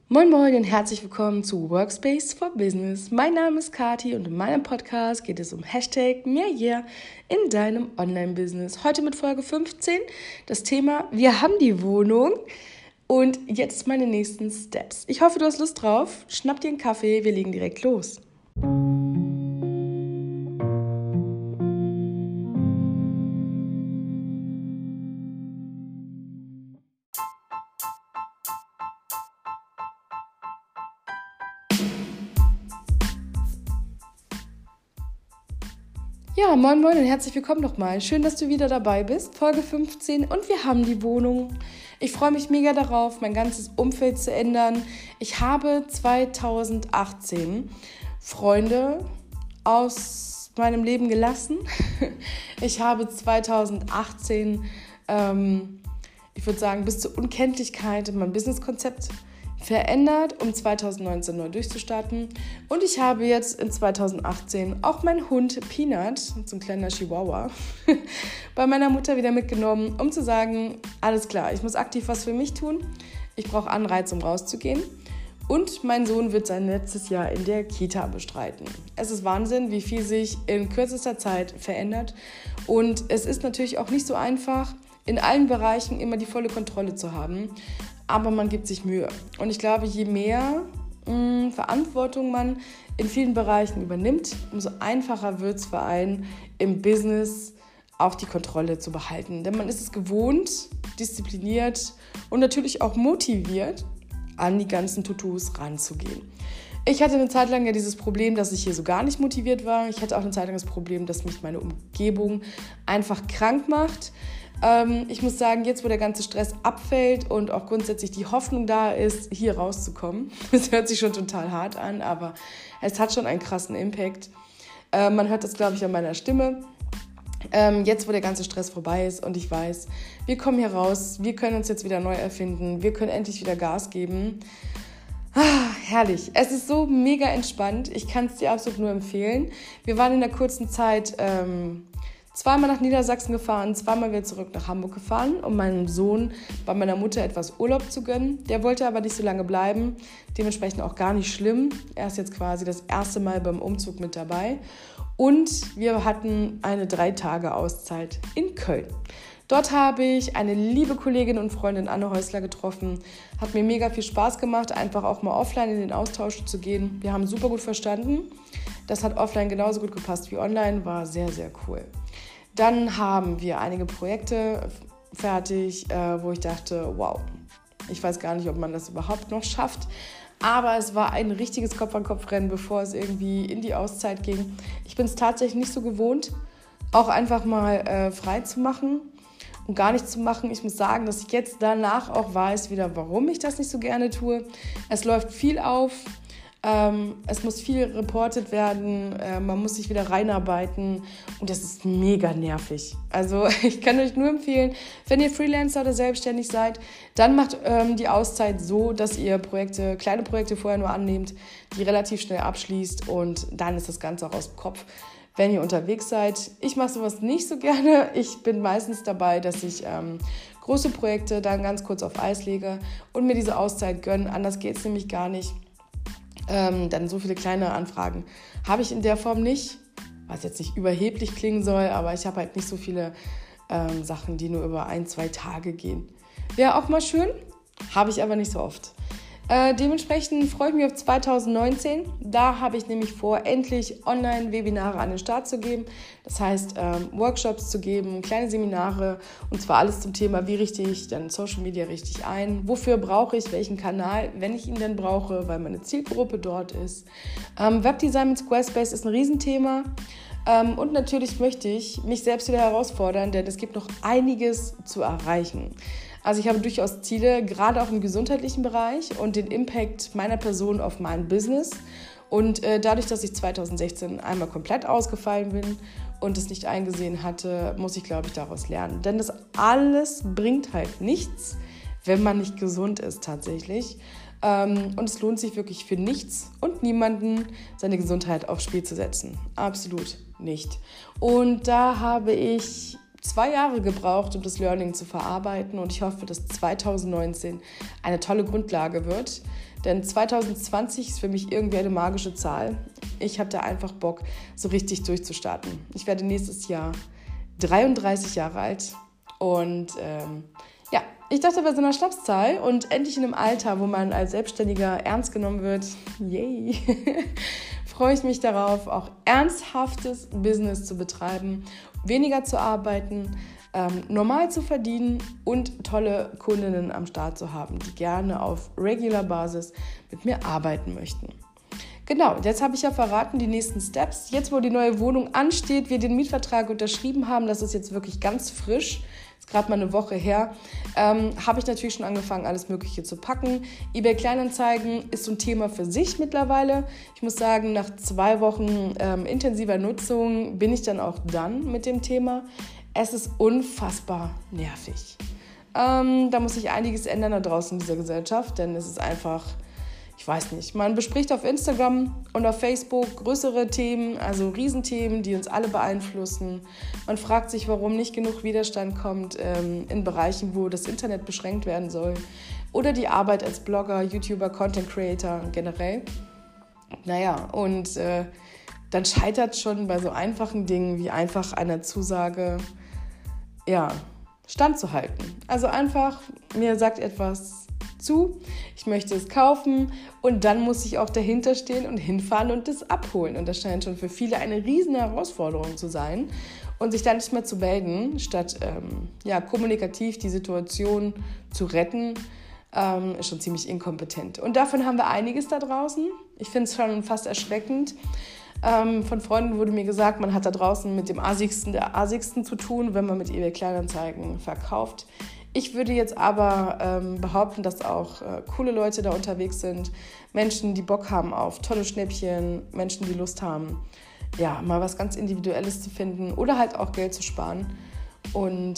Moin Moin und herzlich willkommen zu Workspace for Business. Mein Name ist Kati und in meinem Podcast geht es um Hashtag mehr Yeah in deinem Online-Business. Heute mit Folge 15 das Thema Wir haben die Wohnung und jetzt meine nächsten Steps. Ich hoffe, du hast Lust drauf. Schnapp dir einen Kaffee, wir legen direkt los. Ja, moin moin und herzlich willkommen nochmal. Schön, dass du wieder dabei bist. Folge 15 und wir haben die Wohnung. Ich freue mich mega darauf, mein ganzes Umfeld zu ändern. Ich habe 2018 Freunde aus meinem Leben gelassen. Ich habe 2018, ich würde sagen, bis zur Unkenntlichkeit mein Businesskonzept verändert, um 2019 neu durchzustarten. Und ich habe jetzt in 2018 auch meinen Hund Peanut, so ein kleiner Chihuahua, bei meiner Mutter wieder mitgenommen, um zu sagen, alles klar, ich muss aktiv was für mich tun. Ich brauche Anreiz, um rauszugehen. Und mein Sohn wird sein letztes Jahr in der Kita bestreiten. Es ist Wahnsinn, wie viel sich in kürzester Zeit verändert. Und es ist natürlich auch nicht so einfach, in allen Bereichen immer die volle Kontrolle zu haben. Aber man gibt sich Mühe. Und ich glaube, je mehr Verantwortung man in vielen Bereichen übernimmt, umso einfacher wird es für einen im Business auch die Kontrolle zu behalten. Denn man ist es gewohnt, diszipliniert und natürlich auch motiviert, an die ganzen To-Dos ranzugehen. Ich hatte eine Zeit lang ja dieses Problem, dass ich hier so gar nicht motiviert war. Ich hatte auch eine Zeit lang das Problem, dass mich meine Umgebung einfach krank macht. Ich muss sagen, jetzt wo der ganze Stress abfällt und auch grundsätzlich die Hoffnung da ist, hier rauszukommen, das hört sich schon total hart an, aber es hat schon einen krassen Impact. Man hört das, glaube ich, an meiner Stimme. Jetzt wo der ganze Stress vorbei ist und ich weiß, wir kommen hier raus, wir können uns jetzt wieder neu erfinden, wir können endlich wieder Gas geben. Herrlich. Es ist so mega entspannt. Ich kann es dir absolut nur empfehlen. Wir waren in der kurzen Zeit zweimal nach Niedersachsen gefahren, zweimal wieder zurück nach Hamburg gefahren, um meinem Sohn bei meiner Mutter etwas Urlaub zu gönnen. Der wollte aber nicht so lange bleiben, dementsprechend auch gar nicht schlimm. Er ist jetzt quasi das erste Mal beim Umzug mit dabei. Und wir hatten eine 3-Tage-Auszeit in Köln. Dort habe ich eine liebe Kollegin und Freundin Anne Häusler getroffen. Hat mir mega viel Spaß gemacht, einfach auch mal offline in den Austausch zu gehen. Wir haben super gut verstanden. Das hat offline genauso gut gepasst wie online, war sehr, sehr cool. Dann haben wir einige Projekte fertig, wo ich dachte, wow, ich weiß gar nicht, ob man das überhaupt noch schafft. Aber es war ein richtiges Kopf-an-Kopf-Rennen, bevor es irgendwie in die Auszeit ging. Ich bin es tatsächlich nicht so gewohnt, auch einfach mal frei zu machen und gar nichts zu machen. Ich muss sagen, dass ich jetzt danach auch weiß wieder, warum ich das nicht so gerne tue. Es läuft viel auf. Es muss viel reportet werden, man muss sich wieder reinarbeiten und das ist mega nervig. Also ich kann euch nur empfehlen, wenn ihr Freelancer oder selbstständig seid, dann macht die Auszeit so, dass ihr kleine Projekte vorher nur annehmt, die relativ schnell abschließt und dann ist das Ganze auch aus dem Kopf. Wenn ihr unterwegs seid, ich mache sowas nicht so gerne. Ich bin meistens dabei, dass ich große Projekte dann ganz kurz auf Eis lege und mir diese Auszeit gönne. Anders geht es nämlich gar nicht. Dann so viele kleine Anfragen habe ich in der Form nicht, was jetzt nicht überheblich klingen soll, aber ich habe halt nicht so viele Sachen, die nur über 1-2 Tage gehen. Wäre auch mal schön, habe ich aber nicht so oft. Dementsprechend freue ich mich auf 2019. Da habe ich nämlich vor, endlich Online-Webinare an den Start zu geben. Das heißt, Workshops zu geben, kleine Seminare und zwar alles zum Thema, wie richte ich dann Social Media richtig ein, wofür brauche ich welchen Kanal, wenn ich ihn denn brauche, weil meine Zielgruppe dort ist. Webdesign mit Squarespace ist ein Riesenthema. Und natürlich möchte ich mich selbst wieder herausfordern, denn es gibt noch einiges zu erreichen. Also ich habe durchaus Ziele, gerade auch im gesundheitlichen Bereich und den Impact meiner Person auf mein Business. Und dadurch, dass ich 2016 einmal komplett ausgefallen bin und es nicht eingesehen hatte, muss ich, glaube ich, daraus lernen. Denn das alles bringt halt nichts, wenn man nicht gesund ist tatsächlich. Und es lohnt sich wirklich für nichts und niemanden, seine Gesundheit aufs Spiel zu setzen. Absolut nicht. Und da habe ich 2 Jahre gebraucht, um das Learning zu verarbeiten und ich hoffe, dass 2019 eine tolle Grundlage wird. Denn 2020 ist für mich irgendwie eine magische Zahl. Ich habe da einfach Bock, so richtig durchzustarten. Ich werde nächstes Jahr 33 Jahre alt und ich dachte bei so einer Schnapszahl und endlich in einem Alter, wo man als Selbstständiger ernst genommen wird, yay, freue ich mich darauf, auch ernsthaftes Business zu betreiben, weniger zu arbeiten, normal zu verdienen und tolle Kundinnen am Start zu haben, die gerne auf regular Basis mit mir arbeiten möchten. Genau, jetzt habe ich ja verraten, die nächsten Steps. Jetzt, wo die neue Wohnung ansteht, wir den Mietvertrag unterschrieben haben, das ist jetzt wirklich ganz frisch, ist gerade mal eine Woche her, habe ich natürlich schon angefangen, alles Mögliche zu packen. eBay Kleinanzeigen ist so ein Thema für sich mittlerweile. Ich muss sagen, nach 2 Wochen intensiver Nutzung bin ich dann auch done mit dem Thema. Es ist unfassbar nervig. Da muss sich einiges ändern da draußen in dieser Gesellschaft, denn es ist einfach... Ich weiß nicht, man bespricht auf Instagram und auf Facebook größere Themen, also Riesenthemen, die uns alle beeinflussen. Man fragt sich, warum nicht genug Widerstand kommt in Bereichen, wo das Internet beschränkt werden soll. Oder die Arbeit als Blogger, YouTuber, Content Creator generell. Naja, und dann scheitert schon bei so einfachen Dingen wie einfach einer Zusage, standzuhalten. Also einfach, mir sagt etwas zu, ich möchte es kaufen und dann muss ich auch dahinter stehen und hinfahren und es abholen. Und das scheint schon für viele eine riesen Herausforderung zu sein. Und sich dann nicht mehr zu melden, statt kommunikativ die Situation zu retten, ist schon ziemlich inkompetent. Und davon haben wir einiges da draußen. Ich finde es schon fast erschreckend. Von Freunden wurde mir gesagt, man hat da draußen mit dem Assigsten der Assigsten zu tun, wenn man mit eBay Kleinanzeigen verkauft. Ich würde jetzt aber behaupten, dass auch coole Leute da unterwegs sind. Menschen, die Bock haben auf tolle Schnäppchen, Menschen, die Lust haben, mal was ganz Individuelles zu finden oder halt auch Geld zu sparen. Und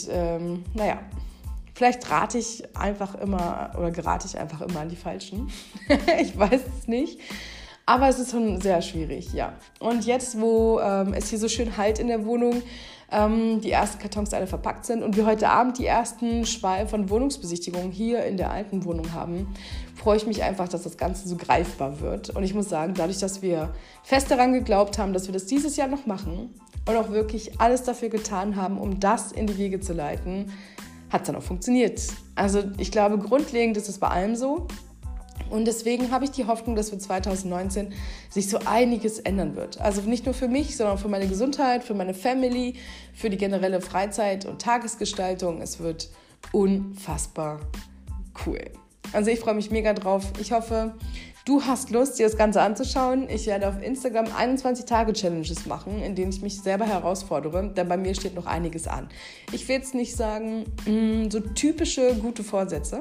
vielleicht gerate ich einfach immer an die Falschen. Ich weiß es nicht. Aber es ist schon sehr schwierig, ja. Und jetzt, wo es hier so schön halt in der Wohnung, die ersten Kartons alle verpackt sind und wir heute Abend die ersten Schwall von Wohnungsbesichtigungen hier in der alten Wohnung haben, freue ich mich einfach, dass das Ganze so greifbar wird. Und ich muss sagen, dadurch, dass wir fest daran geglaubt haben, dass wir das dieses Jahr noch machen und auch wirklich alles dafür getan haben, um das in die Wege zu leiten, hat es dann auch funktioniert. Also ich glaube, grundlegend ist es bei allem so. Und deswegen habe ich die Hoffnung, dass für 2019 sich so einiges ändern wird. Also nicht nur für mich, sondern auch für meine Gesundheit, für meine Family, für die generelle Freizeit- und Tagesgestaltung. Es wird unfassbar cool. Also ich freue mich mega drauf. Ich hoffe, du hast Lust, dir das Ganze anzuschauen. Ich werde auf Instagram 21-Tage-Challenges machen, in denen ich mich selber herausfordere, denn bei mir steht noch einiges an. Ich will jetzt nicht sagen, so typische gute Vorsätze,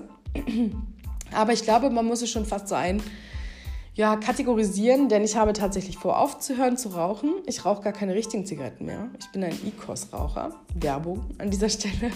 aber ich glaube, man muss es schon fast so kategorisieren, denn ich habe tatsächlich vor, aufzuhören zu rauchen. Ich rauche gar keine richtigen Zigaretten mehr. Ich bin ein IQOS-Raucher. Werbung an dieser Stelle.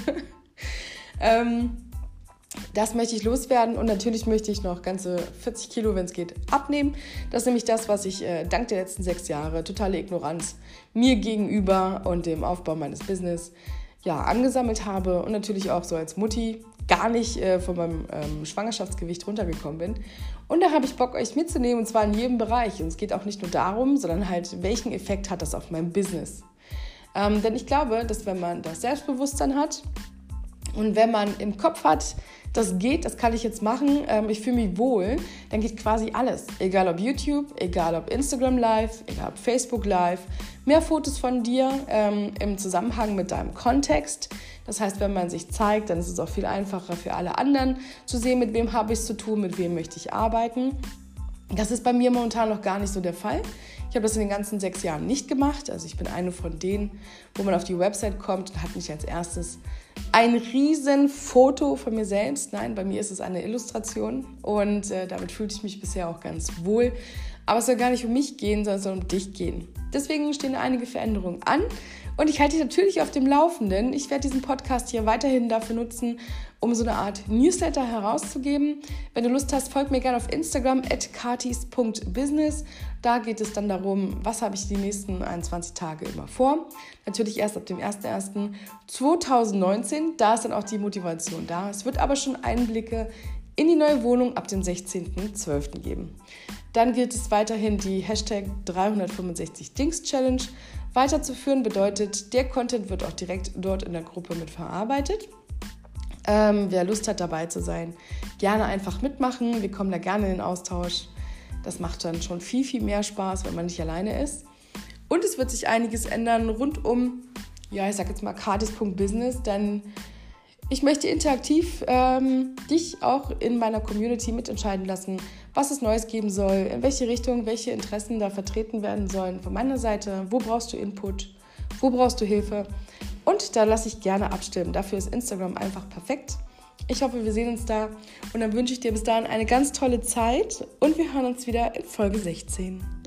Das möchte ich loswerden und natürlich möchte ich noch ganze 40 Kilo, wenn es geht, abnehmen. Das ist nämlich das, was ich dank der letzten 6 Jahre totale Ignoranz mir gegenüber und dem Aufbau meines Business angesammelt habe und natürlich auch so als Mutti gar nicht von meinem Schwangerschaftsgewicht runtergekommen bin. Und da habe ich Bock, euch mitzunehmen, und zwar in jedem Bereich. Und es geht auch nicht nur darum, sondern halt, welchen Effekt hat das auf mein Business? Denn ich glaube, dass wenn man das Selbstbewusstsein hat und wenn man im Kopf hat, das geht, das kann ich jetzt machen, ich fühle mich wohl, dann geht quasi alles. Egal ob YouTube, egal ob Instagram Live, egal ob Facebook Live, mehr Fotos von dir im Zusammenhang mit deinem Kontext. Das heißt, wenn man sich zeigt, dann ist es auch viel einfacher für alle anderen zu sehen, mit wem habe ich es zu tun, mit wem möchte ich arbeiten. Das ist bei mir momentan noch gar nicht so der Fall. Ich habe das in den ganzen 6 Jahren nicht gemacht. Also ich bin eine von denen, wo man auf die Website kommt und hat nicht als erstes ein riesen Foto von mir selbst. Nein, bei mir ist es eine Illustration und damit fühlte ich mich bisher auch ganz wohl. Aber es soll gar nicht um mich gehen, sondern es soll um dich gehen. Deswegen stehen einige Veränderungen an Und ich halte dich natürlich auf dem Laufenden. Ich werde diesen Podcast hier weiterhin dafür nutzen, um so eine Art Newsletter herauszugeben. Wenn du Lust hast, folg mir gerne auf Instagram @katis.business. Da geht es dann darum, was habe ich die nächsten 21 Tage immer vor. Natürlich erst ab dem 01.01.2019. Da ist dann auch die Motivation da. Es wird aber schon Einblicke in die neue Wohnung ab dem 16.12. geben. Dann gilt es weiterhin, die Hashtag 365 Dings Challenge weiterzuführen. Bedeutet, der Content wird auch direkt dort in der Gruppe mit verarbeitet. Wer Lust hat, dabei zu sein, gerne einfach mitmachen. Wir kommen da gerne in den Austausch. Das macht dann schon viel, viel mehr Spaß, wenn man nicht alleine ist. Und es wird sich einiges ändern rund um, ich sag jetzt mal Katis.business, denn ich möchte interaktiv dich auch in meiner Community mitentscheiden lassen, was es Neues geben soll, in welche Richtung, welche Interessen da vertreten werden sollen von meiner Seite, wo brauchst du Input, wo brauchst du Hilfe und da lasse ich gerne abstimmen. Dafür ist Instagram einfach perfekt. Ich hoffe, wir sehen uns da und dann wünsche ich dir bis dahin eine ganz tolle Zeit und wir hören uns wieder in Folge 16.